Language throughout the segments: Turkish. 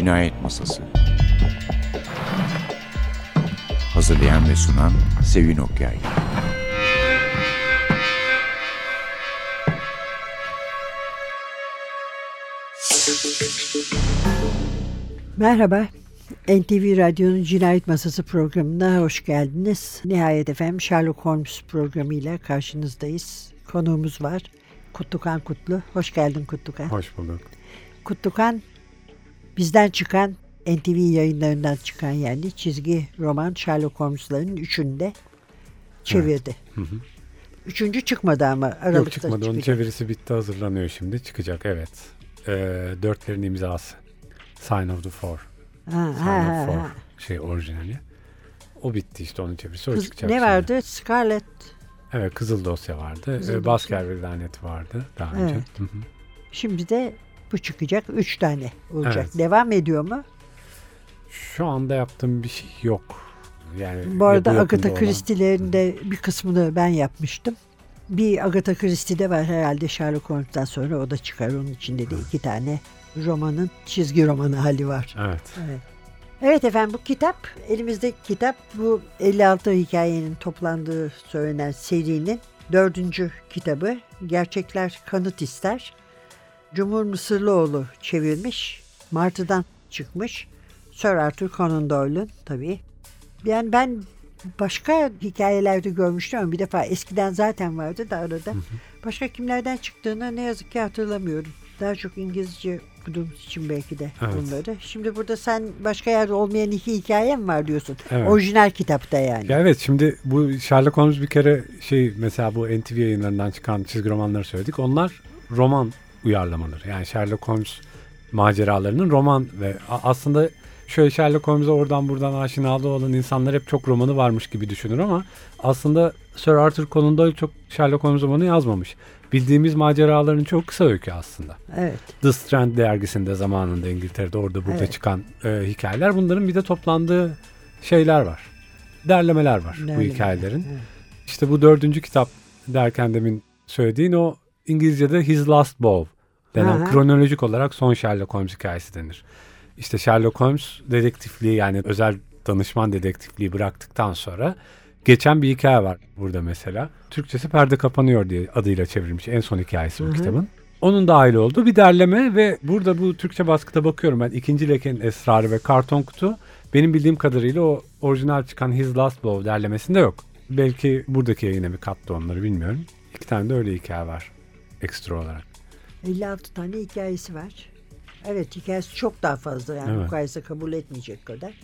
Cinayet Masası. Hazırlayan ve sunan Sevin Okyay. Merhaba, NTV Radyo'nun Cinayet Masası programına hoş geldiniz. Nihayet efendim Sherlock Holmes programıyla karşınızdayız. Konuğumuz var, Kutlukan Kutlu. Hoş geldin Kutlukan. Hoş bulduk. Kutlukan, bizden çıkan, NTV yayınlarından çıkan yani çizgi roman Sherlock Holmes'ların üçünü de çevirdi. Evet. Üçüncü çıkmadı ama Aralık'ta Yok çıkmadı, çıkacak. onun çevirisi bitti, hazırlanıyor şimdi. Çıkacak, evet. Dörtlerin imzası. Sign of the Four. Sign of Four orijinali. O bitti işte, onun çevirisi. O çıkacak ne şimdi. vardı? Scarlet. Evet, Kızıl Dosya vardı. Kızıl Baskerville Laneti vardı daha önce. Evet. Şimdi de bu çıkacak. 3 tane olacak. Evet. Devam ediyor mu? Şu anda yaptığım bir şey yok. Yani Bu arada yakında Agatha olan. Christie'lerin de bir kısmını ben yapmıştım. Bir Agatha Christie'de var herhalde Sherlock Holmes'tan sonra, o da çıkar. Onun içinde de 2 tane romanın çizgi romanı hali var. Evet. Evet efendim, bu kitap, elimizdeki kitap, bu 56 hikayenin toplandığı söylenen serinin 4. kitabı. Gerçekler Kanıt İster. Cumhur Mısırlıoğlu çevirmiş. Martı'dan çıkmış. Sir Arthur Conan Doyle'un tabii. Yani ben başka hikayelerde görmüştüm ama bir defa eskiden zaten vardı da arada. Başka kimlerden çıktığını ne yazık ki hatırlamıyorum. Daha çok İngilizce okuduğumuz için belki de bunları. Şimdi burada sen başka yerde olmayan 2 hikayem var diyorsun. Evet. Orijinal kitapta yani. Ya evet, şimdi bu Sherlock Holmes bir kere mesela bu NTV yayınlarından çıkan çizgi romanları söyledik. Onlar roman uyarlamaları. Yani Sherlock Holmes maceralarının roman ve aslında şöyle Sherlock Holmes'e oradan buradan aşinalığı olan insanlar hep çok romanı varmış gibi düşünür ama aslında Sir Arthur Conan Doyle çok Sherlock Holmes romanı yazmamış. Bildiğimiz maceraların çok kısa öykü aslında. Evet. The Strand dergisinde zamanında İngiltere'de orada burada çıkan hikayeler. Bunların bir de toplandığı şeyler var. Derlemeler var bu hikayelerin. Evet. İşte bu 4. kitap derken demin söylediğin o İngilizce'de His Last Bow denen kronolojik olarak son Sherlock Holmes hikayesi denir. İşte Sherlock Holmes dedektifliği, yani özel danışman dedektifliği bıraktıktan sonra geçen bir hikaye var burada mesela. Türkçesi Perde Kapanıyor diye adıyla çevrilmiş en son hikayesi bu kitabın. Onun dahil olduğu bir derleme ve burada bu Türkçe baskıda bakıyorum ben, İkinci Leke'nin Esrarı ve Karton Kutu benim bildiğim kadarıyla o orijinal çıkan His Last Bow derlemesinde yok. Belki buradaki yayına bir kattı onları, bilmiyorum. 2 tane de öyle hikaye var ekstra olarak. 56 tane hikayesi var. Evet, hikayesi çok daha fazla yani, evet. Mukayese kabul etmeyecek kadar.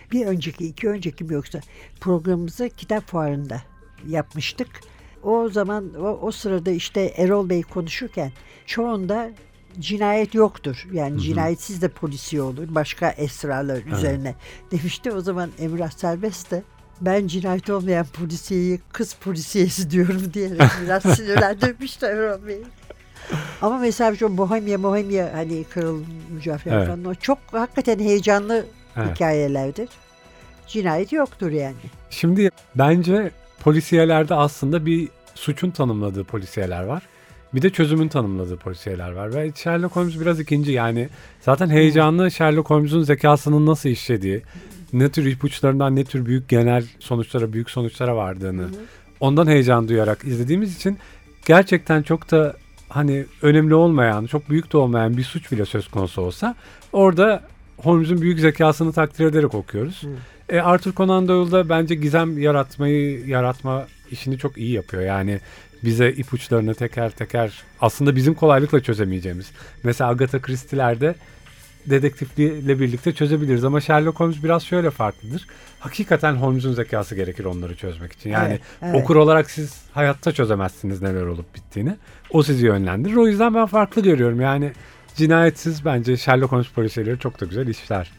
İki önceki mi yoksa programımızı kitap fuarında yapmıştık. O zaman o sırada işte Erol Bey konuşurken çoğunda cinayet yoktur. Yani cinayetsiz de polisiye olur. Başka esrarlar üzerine demişti. O zaman Emrah Serbest de ben cinayet olmayan polisiyeyi kız polisiyesi diyorum diyerek biraz sinirlendirmişti Erol Bey. Ama mesela şu Bohemia hani Kırıl Mücevher falan, o çok hakikaten heyecanlı hikayelerdir. Cinayet yoktur yani. Şimdi bence polisiyelerde aslında bir suçun tanımladığı polisiyeler var. Bir de çözümün tanımladığı polisiyeler var. Ve Sherlock Holmes biraz ikinci, yani zaten heyecanlı Sherlock Holmes'un zekasının nasıl işlediği, ne tür ipuçlarından ne tür büyük genel sonuçlara, büyük sonuçlara vardığını ondan heyecan duyarak izlediğimiz için gerçekten çok da hani önemli olmayan, çok büyük de olmayan bir suç bile söz konusu olsa orada Holmes'un büyük zekasını takdir ederek okuyoruz. Arthur Conan Doyle da bence gizem yaratma işini çok iyi yapıyor. Yani bize ipuçlarını teker teker aslında bizim kolaylıkla çözemeyeceğimiz. Mesela Agatha Christie'lerde dedektifliğiyle birlikte çözebiliriz ama Sherlock Holmes biraz şöyle farklıdır. Hakikaten Holmes'un zekası gerekir onları çözmek için. Yani okur olarak siz hayatta çözemezsiniz neler olup bittiğini. O sizi yönlendirir. O yüzden ben farklı görüyorum. Yani cinayetsiz bence Sherlock Holmes polisiyeleri çok da güzel işler.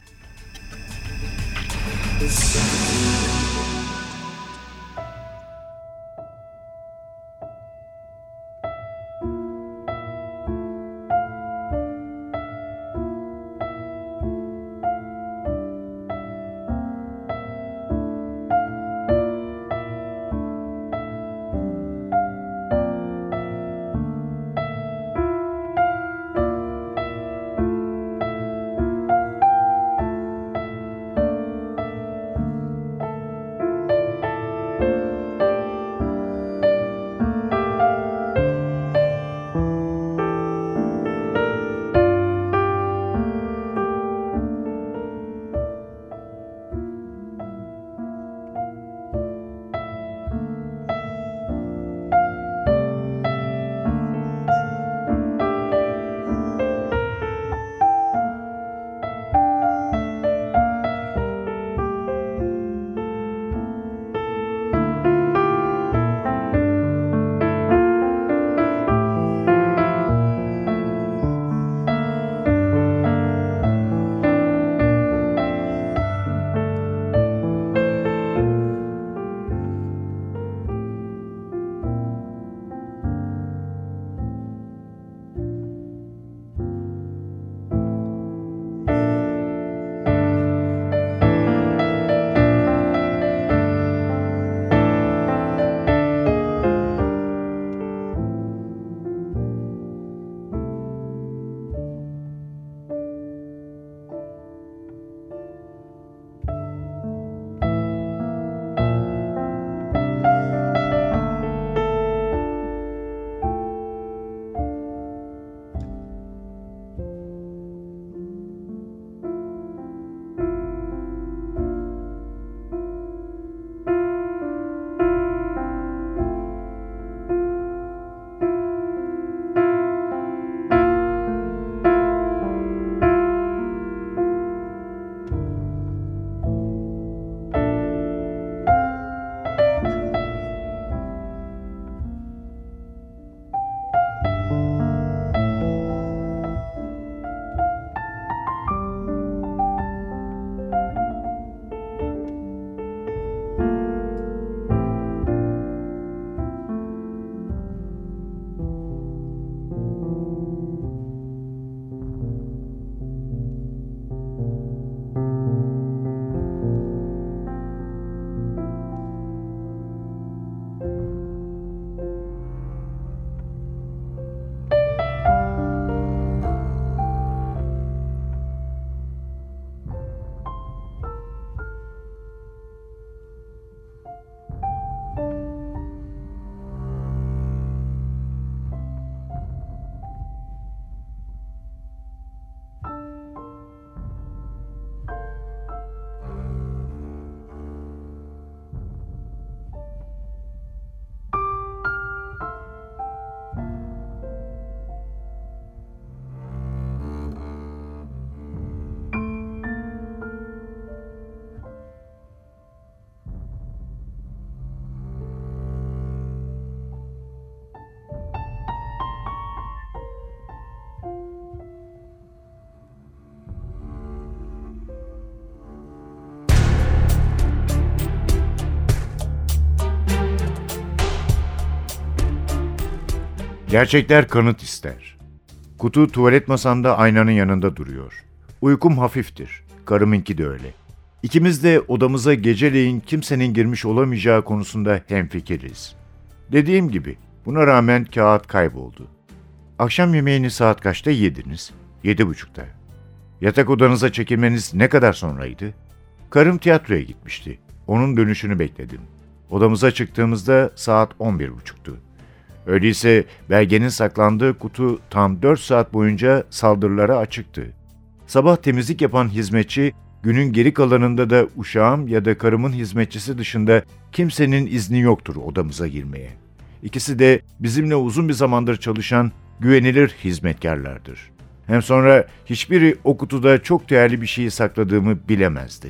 Gerçekler kanıt ister. Kutu tuvalet masamda aynanın yanında duruyor. Uykum hafiftir. Karımınki de öyle. İkimiz de odamıza geceleyin kimsenin girmiş olamayacağı konusunda hemfikiriz. Dediğim gibi buna rağmen kağıt kayboldu. Akşam yemeğini saat kaçta yediniz? 7.30'da. Yatak odanıza çekilmeniz ne kadar sonraydı? Karım tiyatroya gitmişti. Onun dönüşünü bekledim. Odamıza çıktığımızda saat 11.30'tu. Öyleyse belgenin saklandığı kutu tam 4 saat boyunca saldırılara açıktı. Sabah temizlik yapan hizmetçi, günün geri kalanında da uşağım ya da karımın hizmetçisi dışında kimsenin izni yoktur odamıza girmeye. İkisi de bizimle uzun bir zamandır çalışan güvenilir hizmetkarlardır. Hem sonra hiçbiri o kutuda çok değerli bir şeyi sakladığımı bilemezdi.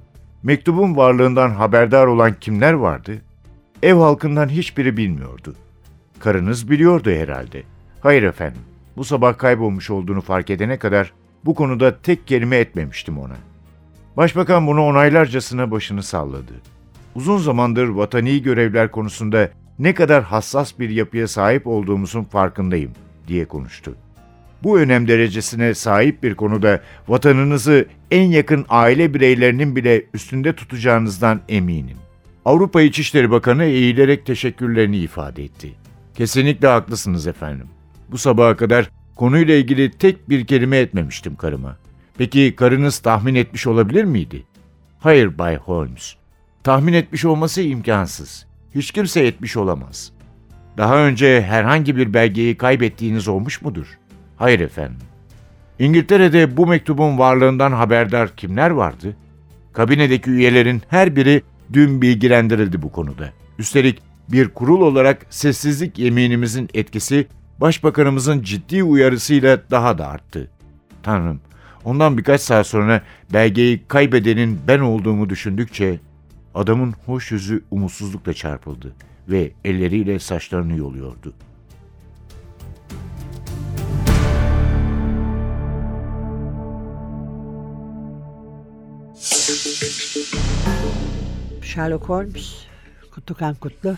Mektubun varlığından haberdar olan kimler vardı? Ev halkından hiçbiri bilmiyordu. Karınız biliyordu herhalde. Hayır efendim, bu sabah kaybolmuş olduğunu fark edene kadar bu konuda tek kelime etmemiştim ona. Başbakan bunu onaylarcasına başını salladı. Uzun zamandır vatani görevler konusunda ne kadar hassas bir yapıya sahip olduğumuzun farkındayım diye konuştu. Bu önem derecesine sahip bir konuda vatanınızı en yakın aile bireylerinin bile üstünde tutacağınızdan eminim. Avrupa İçişleri Bakanı eğilerek teşekkürlerini ifade etti. Kesinlikle haklısınız efendim. Bu sabaha kadar konuyla ilgili tek bir kelime etmemiştim karıma. Peki karınız tahmin etmiş olabilir miydi? Hayır Bay Holmes. Tahmin etmiş olması imkansız. Hiç kimse etmiş olamaz. Daha önce herhangi bir belgeyi kaybettiğiniz olmuş mudur? Hayır efendim. İngiltere'de bu mektubun varlığından haberdar kimler vardı? Kabinedeki üyelerin her biri dün bilgilendirildi bu konuda. Üstelik bir kurul olarak sessizlik yeminimizin etkisi Başbakanımızın ciddi uyarısıyla daha da arttı. Tanrım, ondan birkaç saat sonra belgeyi kaybedenin ben olduğumu düşündükçe adamın hoş yüzü umutsuzlukla çarpıldı ve elleriyle saçlarını yoluyordu. Sherlock Holmes, Kutukan Kutlu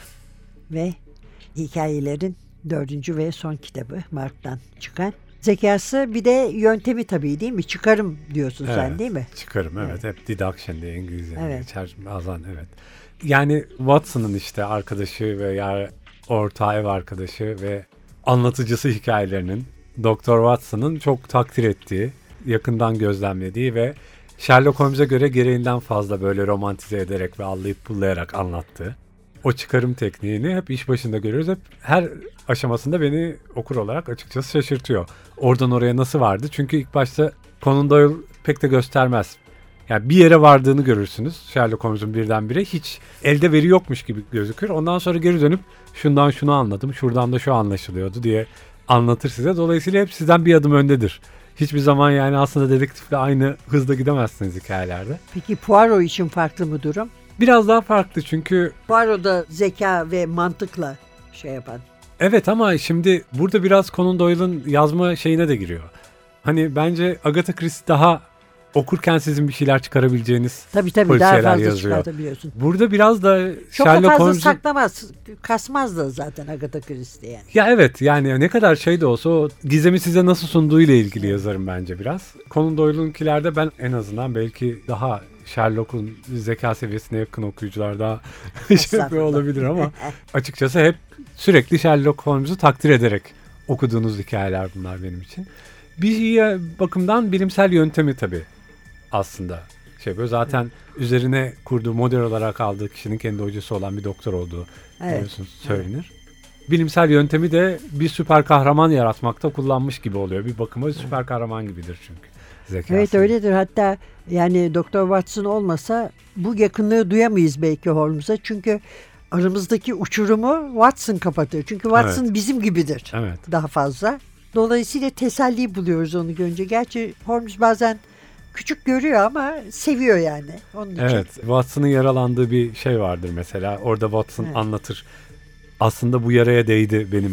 ve hikayelerin 4. ve son kitabı Mark'tan çıkan. Zekası bir de yöntemi tabii değil mi? Çıkarım diyorsun sen değil mi? Çıkarım evet. Hep deduction diye İngilizce geçer bazen evet. Yani Watson'ın işte arkadaşı ve ortağı ev arkadaşı ve anlatıcısı hikayelerinin Doktor Watson'ın çok takdir ettiği, yakından gözlemlediği ve Sherlock Holmes'e göre gereğinden fazla böyle romantize ederek ve allayıp pullayarak anlattığı o çıkarım tekniğini hep iş başında görüyoruz. Hep her aşamasında beni okur olarak açıkçası şaşırtıyor. Oradan oraya nasıl vardı? Çünkü ilk başta Conan Doyle pek de göstermez. Yani bir yere vardığını görürsünüz. Sherlock Holmes'un birdenbire hiç elde veri yokmuş gibi gözükür. Ondan sonra geri dönüp şundan şunu anladım, şuradan da şu anlaşılıyordu diye anlatır size. Dolayısıyla hep sizden bir adım öndedir. Hiçbir zaman yani aslında dedektifle aynı hızda gidemezsiniz hikayelerde. Peki Poirot için farklı mı durum? Biraz daha farklı çünkü... Poirot da zeka ve mantıkla şey yapan. Evet ama şimdi burada biraz Conan Doyle'ın yazma şeyine de giriyor. Hani bence Agatha Christie daha okurken sizin bir şeyler çıkarabileceğiniz tabii polisiyeler daha fazla yazıyor. Çıkartabiliyorsun. Burada biraz da çok Sherlock fazla Holmes'un... saklamaz, kasmaz da zaten Agatha Christie yani. Ya evet yani ne kadar şey de olsa o gizemi size nasıl sunduğuyla ilgili yazarım bence biraz. Conan Doyle'unkilerde ben en azından belki daha Sherlock'un zeka seviyesine yakın okuyucular daha şey olabilir ama açıkçası hep sürekli Sherlock Holmes'u takdir ederek okuduğunuz hikayeler bunlar benim için. Bir bakımdan bilimsel yöntemi tabii aslında böyle zaten üzerine kurduğu model olarak aldığı kişinin kendi hocası olan bir doktor olduğu biliyorsunuz söylenir. Bilimsel yöntemi de bir süper kahraman yaratmakta kullanmış gibi oluyor. Bir bakıma süper kahraman gibidir çünkü. Zekası. Evet öyledir. Hatta yani Doktor Watson olmasa bu yakınlığı duyamayız belki Holmes'a. Çünkü aramızdaki uçurumu Watson kapatır. Çünkü Watson bizim gibidir. Evet. Daha fazla. Dolayısıyla teselli buluyoruz onu görünce. Gerçi Holmes bazen küçük görüyor ama seviyor yani. Onun için. Evet. Watson'ın yaralandığı bir şey vardır mesela. Orada Watson anlatır. Aslında bu yaraya değdi benim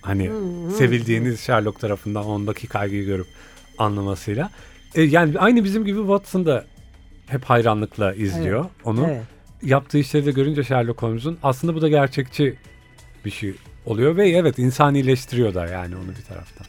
sevildiğiniz Sherlock tarafından ondaki kaygıyı görüp anlamasıyla. Yani aynı bizim gibi Watson da hep hayranlıkla izliyor onu. Evet. Yaptığı işleri de görünce Sherlock Holmes'un aslında bu da gerçekçi bir şey oluyor ve evet insanileştiriyor da yani onu bir taraftan.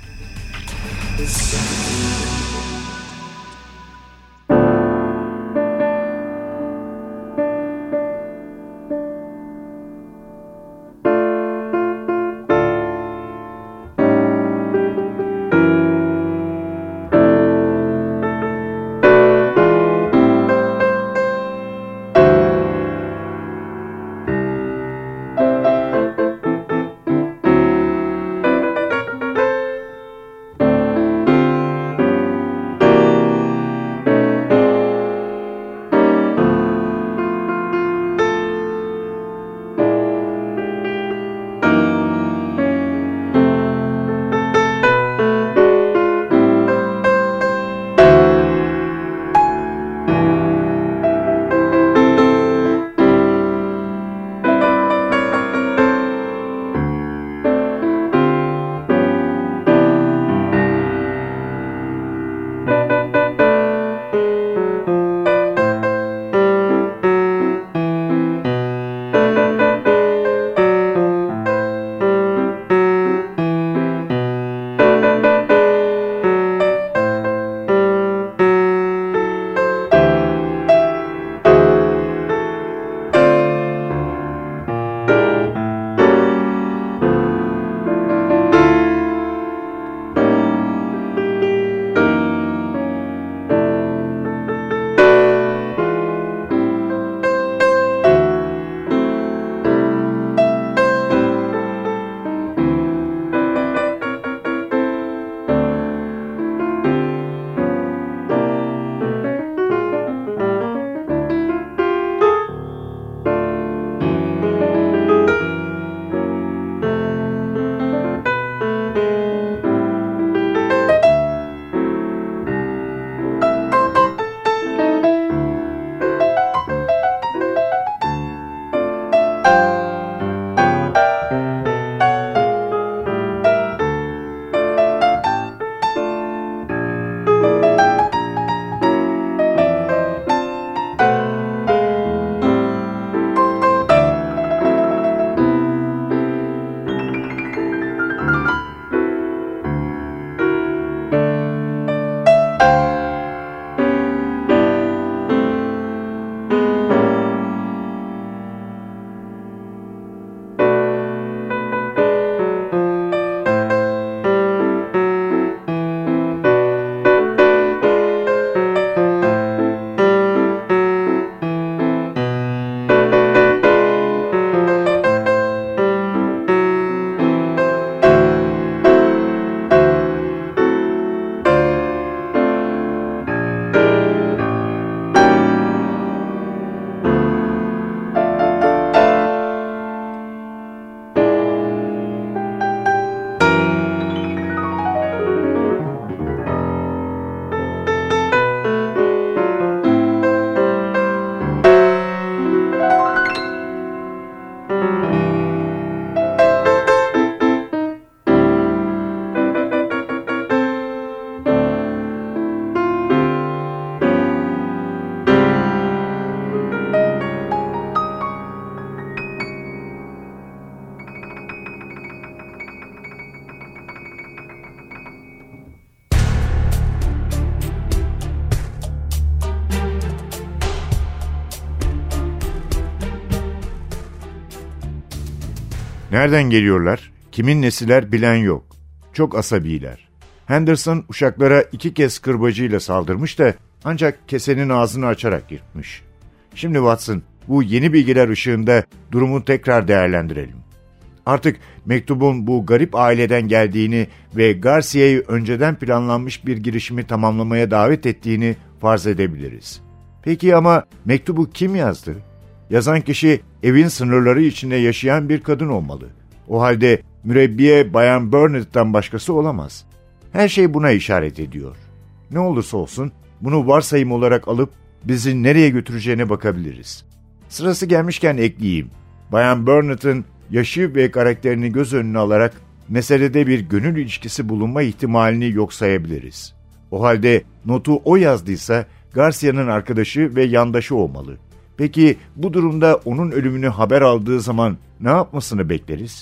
Nereden geliyorlar, kimin nesiler bilen yok. Çok asabiler. Henderson uşaklara 2 kez kırbacıyla saldırmış da ancak kesenin ağzını açarak yırtmış. Şimdi Watson, bu yeni bilgiler ışığında durumu tekrar değerlendirelim. Artık mektubun bu garip aileden geldiğini ve Garcia'yı önceden planlanmış bir girişimi tamamlamaya davet ettiğini farz edebiliriz. Peki ama mektubu kim yazdı? Yazan kişi evin sınırları içinde yaşayan bir kadın olmalı. O halde mürebbiye Bayan Burnet'tan başkası olamaz. Her şey buna işaret ediyor. Ne olursa olsun bunu varsayım olarak alıp bizi nereye götüreceğine bakabiliriz. Sırası gelmişken ekleyeyim. Bayan Burnet'ın yaşı ve karakterini göz önüne alarak meselede bir gönül ilişkisi bulunma ihtimalini yok sayabiliriz. O halde notu o yazdıysa Garcia'nın arkadaşı ve yandaşı olmalı. Peki bu durumda onun ölümünü haber aldığı zaman ne yapmasını bekleriz?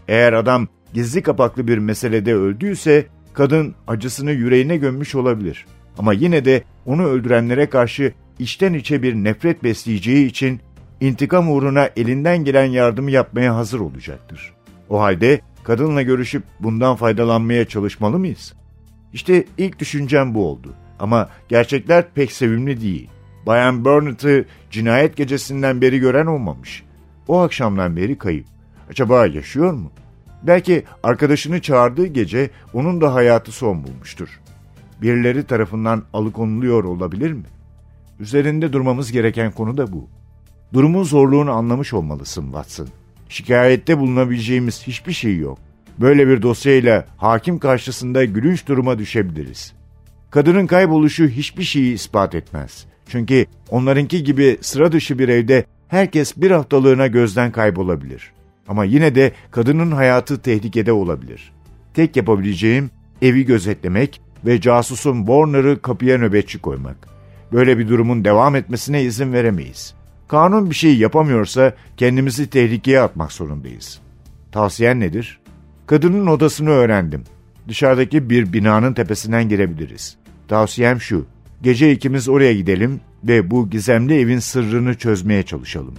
Eğer adam gizli kapaklı bir meselede öldüyse kadın acısını yüreğine gömmüş olabilir. Ama yine de onu öldürenlere karşı içten içe bir nefret besleyeceği için intikam uğruna elinden gelen yardımı yapmaya hazır olacaktır. O halde kadınla görüşüp bundan faydalanmaya çalışmalı mıyız? İşte ilk düşüncem bu oldu. Ama gerçekler pek sevimli değil. Bayan Burnett'ı cinayet gecesinden beri gören olmamış. O akşamdan beri kayıp. Acaba yaşıyor mu? Belki arkadaşını çağırdığı gece onun da hayatı son bulmuştur. Birileri tarafından alıkonuluyor olabilir mi? Üzerinde durmamız gereken konu da bu. Durumun zorluğunu anlamış olmalısın Watson. Şikayette bulunabileceğimiz hiçbir şey yok. Böyle bir dosyayla hakim karşısında gülünç duruma düşebiliriz. Kadının kayboluşu hiçbir şeyi ispat etmez. Çünkü onlarınki gibi sıra dışı bir evde herkes bir haftalığına gözden kaybolabilir. Ama yine de kadının hayatı tehlikede olabilir. Tek yapabileceğim evi gözetlemek ve casusun Warner'ı kapıya nöbetçi koymak. Böyle bir durumun devam etmesine izin veremeyiz. Kanun bir şey yapamıyorsa kendimizi tehlikeye atmak zorundayız. Tavsiyen nedir? Kadının odasını öğrendim. Dışarıdaki bir binanın tepesinden girebiliriz. Tavsiyem şu, gece ikimiz oraya gidelim ve bu gizemli evin sırrını çözmeye çalışalım.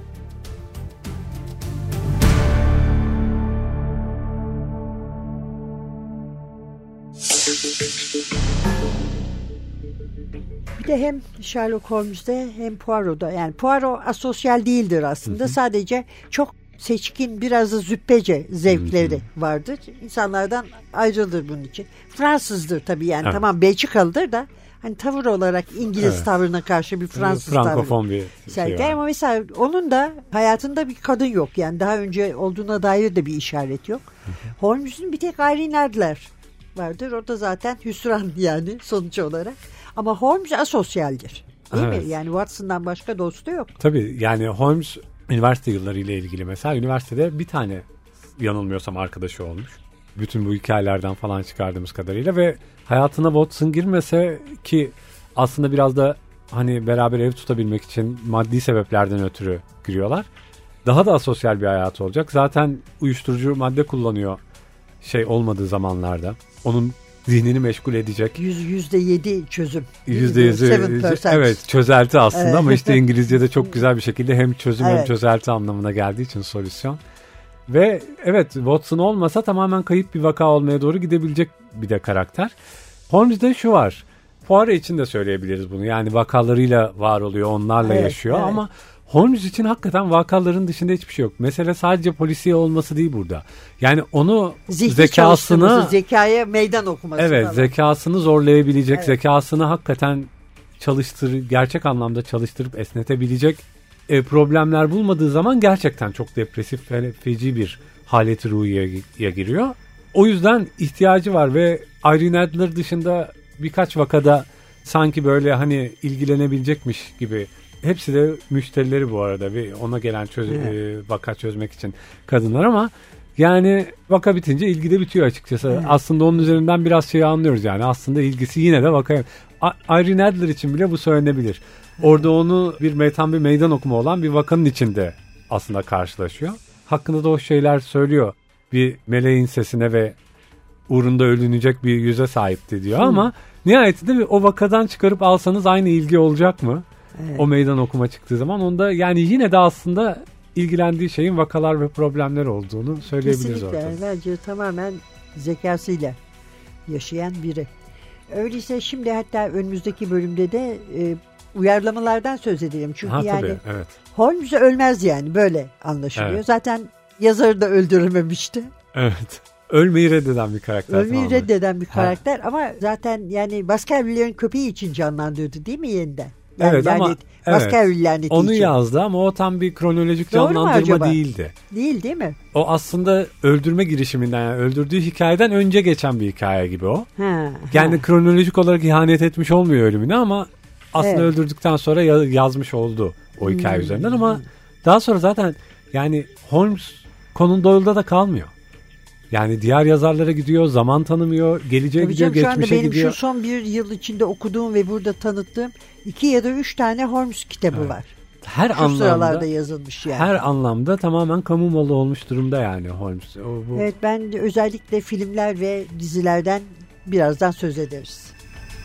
Bir de hem Sherlock Holmes'de hem Poirot'da, yani Poirot asosyal değildir aslında. Sadece çok seçkin, biraz da züppece zevkleri vardır. İnsanlardan ayrılır bunun için. Fransızdır tabii, yani tamam Belçikalıdır da hani tavır olarak İngiliz tavrına karşı bir Fransız tavrı. Frankofon bir şey var. Ama mesela onun da hayatında bir kadın yok, yani daha önce olduğuna dair de bir işaret yok. Holmes'un bir tek Irene Adler vardır. O da zaten hüsran yani sonuç olarak. Ama Holmes asosyaldir. Değil mi? Yani Watson'dan başka dostu yok. Tabii yani Holmes üniversite yıllarıyla ilgili mesela üniversitede bir tane yanılmıyorsam arkadaşı olmuş. Bütün bu hikayelerden falan çıkardığımız kadarıyla ve hayatına Watson girmese ki aslında biraz da hani beraber ev tutabilmek için maddi sebeplerden ötürü giriyorlar. Daha da asosyal bir hayatı olacak. Zaten uyuşturucu madde kullanıyor olmadığı zamanlarda. Onun zihnini meşgul edecek. %7 çözüm. %7 evet, çözelti aslında ama işte İngilizce'de çok güzel bir şekilde hem çözüm hem çözelti anlamına geldiği için solüsyon. Ve evet, Watson olmasa tamamen kayıp bir vaka olmaya doğru gidebilecek bir de karakter. Holmes'de şu var. Poirot için de söyleyebiliriz bunu. Yani vakalarıyla var oluyor, onlarla yaşıyor ama Holmes için hakikaten vakaların dışında hiçbir şey yok. Mesele sadece polisiye olması değil burada. Yani onu zekaya meydan okuması. Evet, falan. Zekasını zorlayabilecek, zekasını hakikaten gerçek anlamda çalıştırıp esnetebilecek problemler bulmadığı zaman gerçekten çok depresif ve feci bir haleti ruhiyeye giriyor. O yüzden ihtiyacı var ve Irene Adler dışında birkaç vakada sanki böyle hani ilgilenebilecekmiş gibi. Hepsi de müşterileri bu arada ve ona gelen vaka çözmek için kadınlar ama yani vaka bitince ilgi de bitiyor açıkçası. Aslında onun üzerinden biraz anlıyoruz yani. Aslında ilgisi yine de vakaya. Irene Adler için bile bu söylenebilir. Orada onu bir meydan okuma olan bir vakanın içinde aslında karşılaşıyor. Hakkında da o şeyler söylüyor. Bir meleğin sesine ve uğrunda ölünecek bir yüze sahipti diyor ama nihayetinde o vakadan çıkarıp alsanız aynı ilgi olacak mı? Evet. O meydan okuma çıktığı zaman onda yani yine de aslında ilgilendiği şeyin vakalar ve problemler olduğunu söyleyebiliriz orada. Kesinlikle. Bence tamamen zekasıyla yaşayan biri. Öyleyse şimdi hatta önümüzdeki bölümde de uyarlamalardan söz edelim. Çünkü tabii, evet. Holmes ölmez yani, böyle anlaşılıyor. Evet. Zaten yazarı da öldürmemişti. Evet. Ölmeyi reddeden bir karakter. Ölmeyi reddeden bir karakter ama zaten yani Baskerville'lerin köpeği için canlandırdı değil mi yeniden? Yani evet ama onu için yazdı ama o tam bir kronolojik canlandırma değildi. Değil mi? O aslında öldürme girişiminden, yani öldürdüğü hikayeden önce geçen bir hikaye gibi o. Yani kronolojik olarak ihanet etmiş olmuyor ölümüne ama aslında öldürdükten sonra yazmış oldu o hikaye üzerinden ama daha sonra zaten yani Holmes Conan Doyle'da da kalmıyor. Yani diğer yazarlara gidiyor, zaman tanımıyor, geleceğe gidiyor, geçmişe gidiyor. Benim şu son bir yıl içinde okuduğum ve burada tanıttığım 2 ya da 3 tane Holmes kitabı var. her Şu anlamda sıralarda yazılmış yani. her anlamda tamamen kamu malı olmuş durumda yani Holmes. Evet, ben özellikle filmler ve dizilerden birazdan söz ederiz.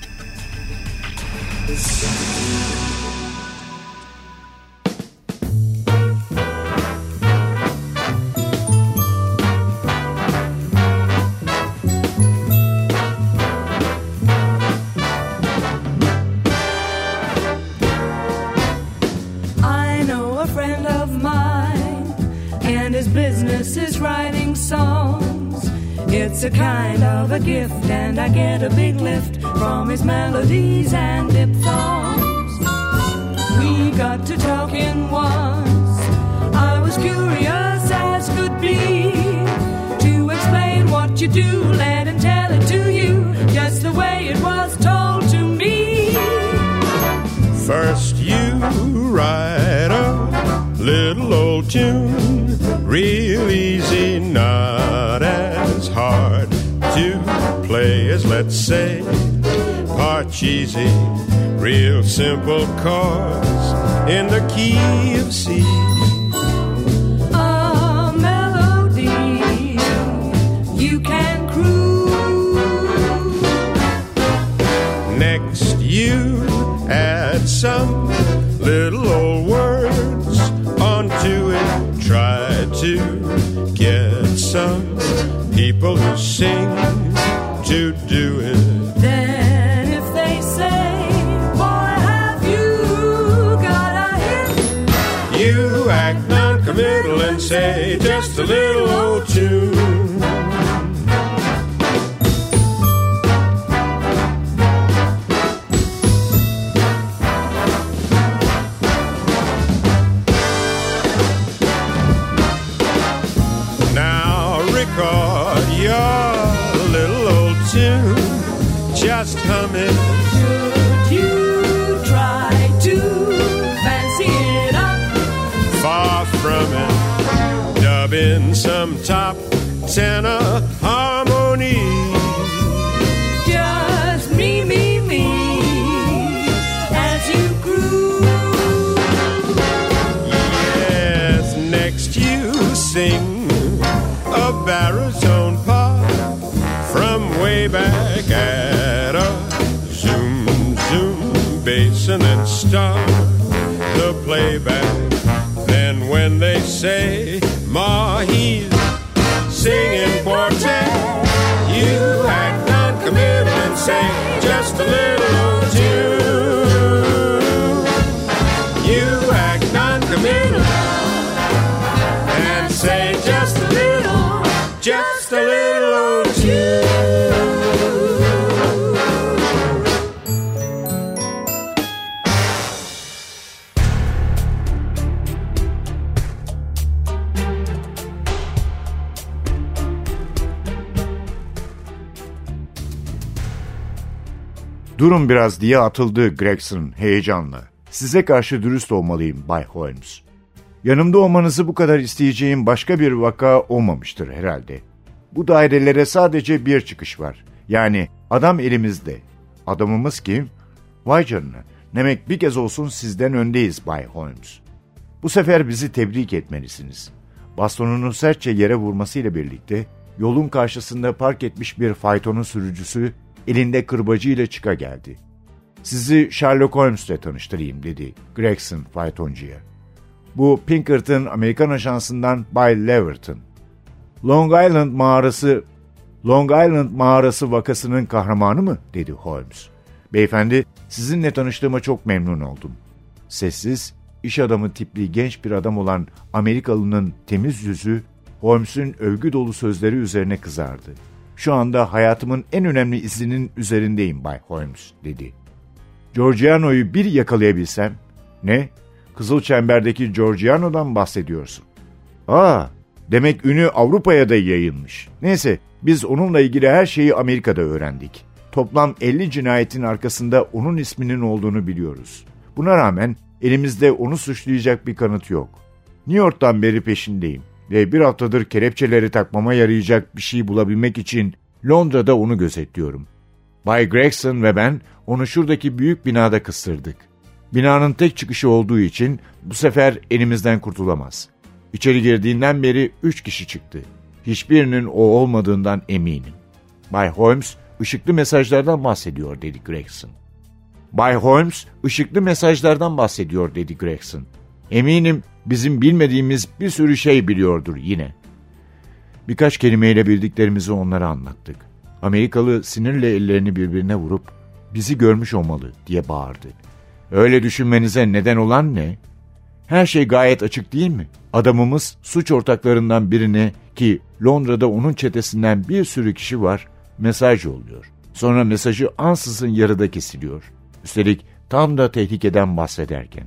Business is writing songs. It's a kind of a gift, and I get a big lift from his melodies and diphthongs. We got to talking once. I was curious as could be to explain what you do, let him tell it to you just the way it was told to me. First you write a little old tune, real easy, not as hard to play as, let's say, Parcheesi. Real simple chords in the key of C. A melody you can cruise. Next you add some little old words onto it. Try to get some people who sing to do it. Then if they say, boy, have you got a hit? You act non-committal and say just a little old tune. Just hum it. Should you try to fancy it up? Far from it. Dub in some top tenor harmony. Just me, as you groove. Yes, next you sing a baritone part from way back at a zoom, bass, and then start the playback. Then when they say, Ma, he's singing quartet, you act non-committal and say just a little old tune. You act non-committal and say just a little old tune. Durun biraz diye atıldı Gregson heyecanla. Size karşı dürüst olmalıyım Bay Holmes. Yanımda olmanızı bu kadar isteyeceğim başka bir vaka olmamıştır herhalde. Bu dairelere sadece bir çıkış var. Yani adam elimizde. Adamımız kim? Vay canına. Demek bir kez olsun sizden öndeyiz Bay Holmes. Bu sefer bizi tebrik etmelisiniz. Bastonunu sertçe yere vurmasıyla birlikte yolun karşısında park etmiş bir faytonun sürücüsü elinde kırbacıyla çıka geldi. Sizi Sherlock Holmes'le tanıştırayım dedi Gregson faytoncuya. Bu Pinkerton Amerikan Ajansı'ndan Bay Leverton. Long Island mağarası vakasının kahramanı mı? Dedi Holmes. Beyefendi, sizinle tanıştığıma çok memnun oldum. Sessiz, iş adamı tipli genç bir adam olan Amerikalının temiz yüzü, Holmes'un övgü dolu sözleri üzerine kızardı. Şu anda hayatımın en önemli izinin üzerindeyim Bay Holmes, dedi. Giorgiano'yu bir yakalayabilsem... Ne? Kızıl Çember'deki Giorgiano'dan bahsediyorsun. Demek ünü Avrupa'ya da yayılmış. Neyse, biz onunla ilgili her şeyi Amerika'da öğrendik. Toplam 50 cinayetin arkasında onun isminin olduğunu biliyoruz. Buna rağmen elimizde onu suçlayacak bir kanıt yok. New York'tan beri peşindeyim ve bir haftadır kelepçeleri takmama yarayacak bir şey bulabilmek için Londra'da onu gözetliyorum. Bay Gregson ve ben onu şuradaki büyük binada kıstırdık. Binanın tek çıkışı olduğu için bu sefer elimizden kurtulamaz. İçeri girdiğinden beri 3 kişi çıktı. Hiçbirinin o olmadığından eminim. Bay Holmes ışıklı mesajlardan bahsediyor dedi Gregson. Bay Holmes ışıklı mesajlardan bahsediyor dedi Gregson. Eminim bizim bilmediğimiz bir sürü şey biliyordur yine. Birkaç kelimeyle bildiklerimizi onlara anlattık. Amerikalı sinirle ellerini birbirine vurup bizi görmüş olmalı diye bağırdı. Öyle düşünmenize neden olan ne? Her şey gayet açık değil mi? Adamımız suç ortaklarından birine, ki Londra'da onun çetesinden bir sürü kişi var, mesaj yolluyor. Sonra mesajı ansızın yarıda kesiliyor. Üstelik tam da tehlikeden bahsederken.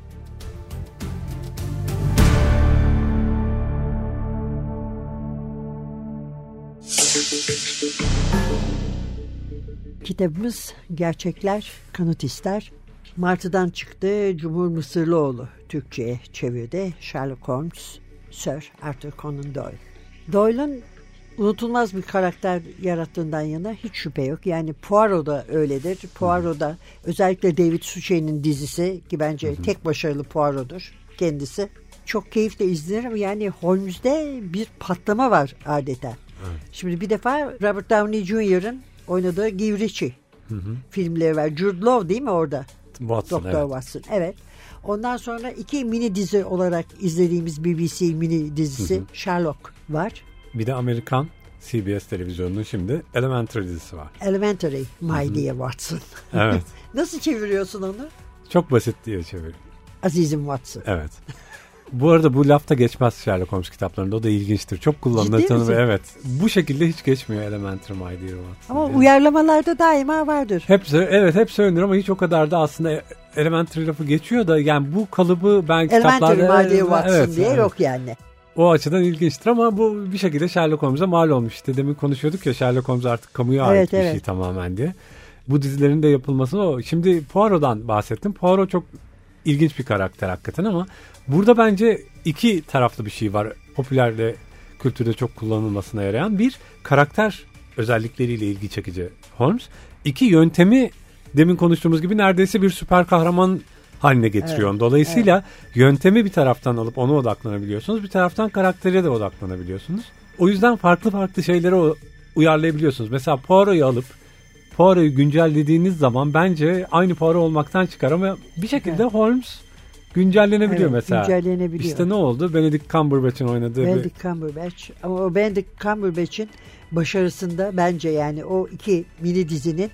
Kitabımız Gerçekler Kanıt İster. Martı'dan çıktı. Cumhur Mısırlıoğlu Türkçe'ye çevirdi. Sherlock Holmes, Sir Arthur Conan Doyle. Doyle'ın unutulmaz bir karakter yarattığından yana hiç şüphe yok. Yani Poirot da öyledir. Poirot da özellikle David Suchet'in dizisi, ki bence tek başarılı Poirot'dur kendisi. Çok keyifle izlerim. Yani Holmes'de bir patlama var adeta. Evet. Şimdi bir defa Robert Downey Jr.'ın oynadığı Guy Ritchie filmleri var. Jude Law değil mi orada? Watson, Doktor Watson. Evet. Ondan sonra 2 mini dizi olarak izlediğimiz BBC mini dizisi Sherlock var. Bir de Amerikan CBS televizyonunun şimdi Elementary dizisi var. Elementary, My Dear Watson. Evet. Nasıl çeviriyorsun onu? Çok basit diye çeviriyorum. Azizim Watson. Evet. Bu arada bu lafta geçmez Sherlock Holmes kitaplarında. O da ilginçtir. Çok kullanılır tanımı. Evet. Bu şekilde hiç geçmiyor Elementary, My Dear Watson. Ama uyarlamalarda daima vardır. Hep söylenir ama hiç o kadar da aslında Elementary lafı geçiyor da yani bu kalıbı ben kitaplarda... Elementary, My Dear Watson diye yok yani. O açıdan ilginçtir ama bu bir şekilde Sherlock Holmes'a mal olmuş. İşte demin konuşuyorduk ya, Sherlock Holmes artık kamuya ait bir şey tamamen diye. Bu dizilerin de yapılması o. Şimdi Poirot'dan bahsettim. Poirot çok ilginç bir karakter hakikaten ama burada bence iki taraflı bir şey var. Popülerle kültürde çok kullanılmasına yarayan. Bir, karakter özellikleriyle ilgi çekici Holmes. İki, yöntemi demin konuştuğumuz gibi neredeyse bir süper kahraman haline getiriyor. Evet, dolayısıyla yöntemi bir taraftan alıp ona odaklanabiliyorsunuz. Bir taraftan karaktere de odaklanabiliyorsunuz. O yüzden farklı şeylere uyarlayabiliyorsunuz. Mesela Poirot'u alıp Poirot'u güncellediğiniz zaman bence aynı Poirot olmaktan çıkar ama bir şekilde Holmes güncellenebiliyor mesela. Güncellenebiliyor. İşte ne oldu? Benedict Cumberbatch'in oynadığı Cumberbatch. Ama o Benedict Cumberbatch'in başarısında bence yani o 2 mini dizinin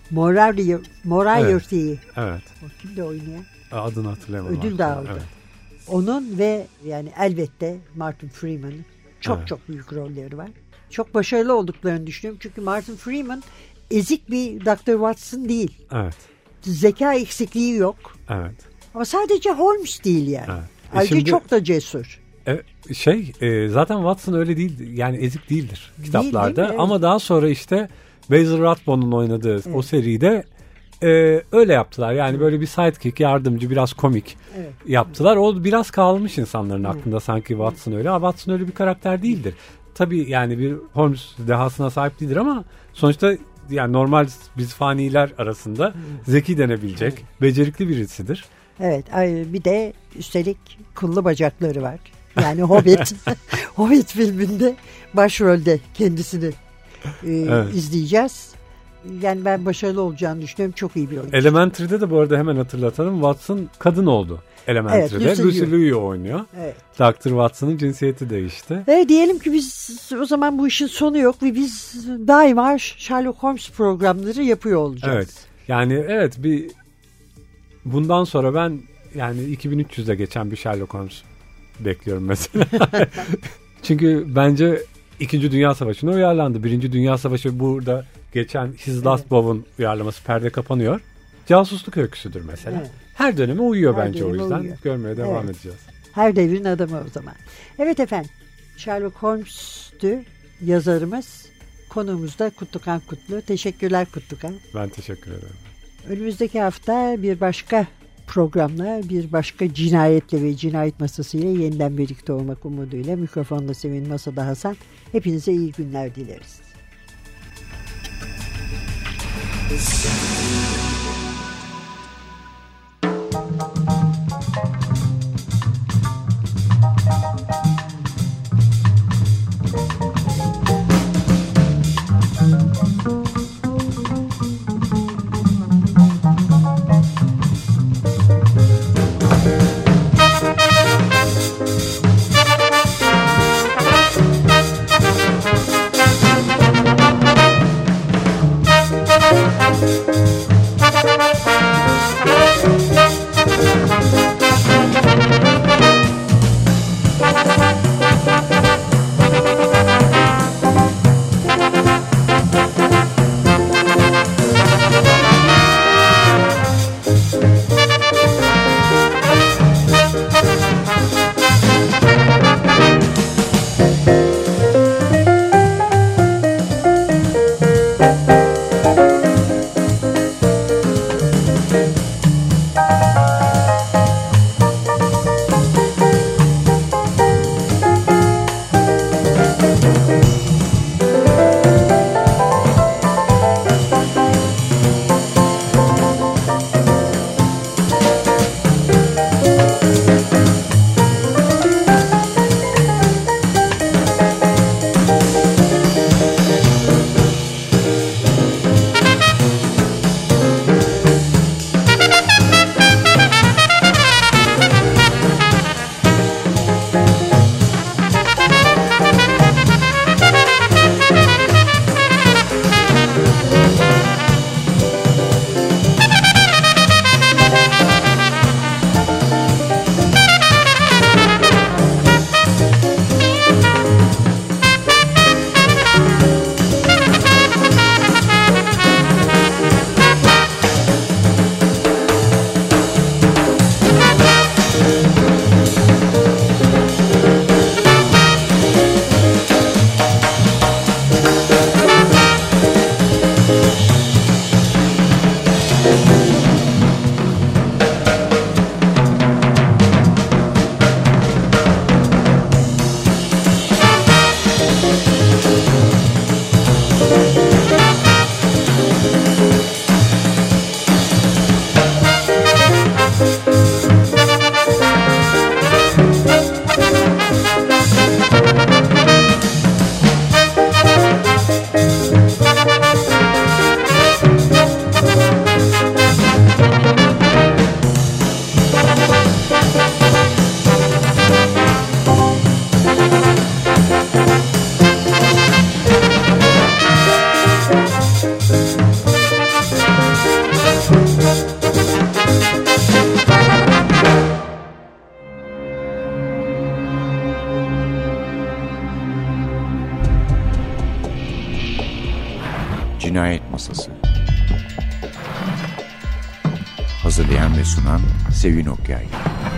Moriarty'yi. Evet. O kimde oynuyor? Adını hatırlayamadım. Ödül de aldı. Evet. Onun ve yani elbette Martin Freeman'ın çok büyük rolleri var. Çok başarılı olduklarını düşünüyorum. Çünkü Martin Freeman ezik bir Dr. Watson değil. Evet. Zeka eksikliği yok. Evet. Ama sadece Holmes değil yani. Evet. Ayrıca şimdi, çok da cesur. Zaten Watson öyle değil, yani ezik değildir kitaplarda. Değil, evet. Ama daha sonra işte Basil Rathbone'un oynadığı o seride öyle yaptılar. Yani böyle bir sidekick, yardımcı, biraz komik yaptılar. O biraz kalmış insanların aklında sanki Watson öyle. Ama Watson öyle bir karakter değildir. Tabii yani bir Holmes dehasına sahip değildir ama sonuçta yani normal biz faniler arasında zeki denebilecek, becerikli birisidir. Evet, bir de üstelik kıllı bacakları var. Yani Hobbit, Hobbit filminde başrolde kendisini izleyeceğiz. Yani ben başarılı olacağını düşünüyorum. Çok iyi bir oyuncu. Elementary'de de bu arada hemen hatırlatalım. Watson kadın oldu. Elementary'de. Evet, Lucy Liu oynuyor. Evet. Dr. Watson'ın cinsiyeti değişti. Diyelim ki biz o zaman bu işin sonu yok ve biz daima Sherlock Holmes programları yapıyor olacağız. Evet. Yani bundan sonra ben yani 2300'de geçen bir Sherlock Holmes bekliyorum mesela. Çünkü bence 2. Dünya Savaşı'na uyarlandı. 1. Dünya Savaşı burada geçen His Last Bow'un uyarlaması, perde kapanıyor. Casusluk öyküsüdür mesela. Evet. Her döneme uyuyor bence, o yüzden uyuyor. Görmeye devam edeceğiz. Her devrin adamı o zaman. Evet efendim. Sherlock Holmes'tü yazarımız. Konuğumuz da Kutlukan Kutlu. Teşekkürler Kutlukan. Ben teşekkür ederim. Önümüzdeki hafta bir başka programla, bir başka cinayetle ve cinayet masasıyla yeniden birlikte olmak umuduyla mikrofonda Sevin, masada Hasan. Hepinize iyi günler dileriz. Masası. Hazırlayan ve sunan Sevin Okyay.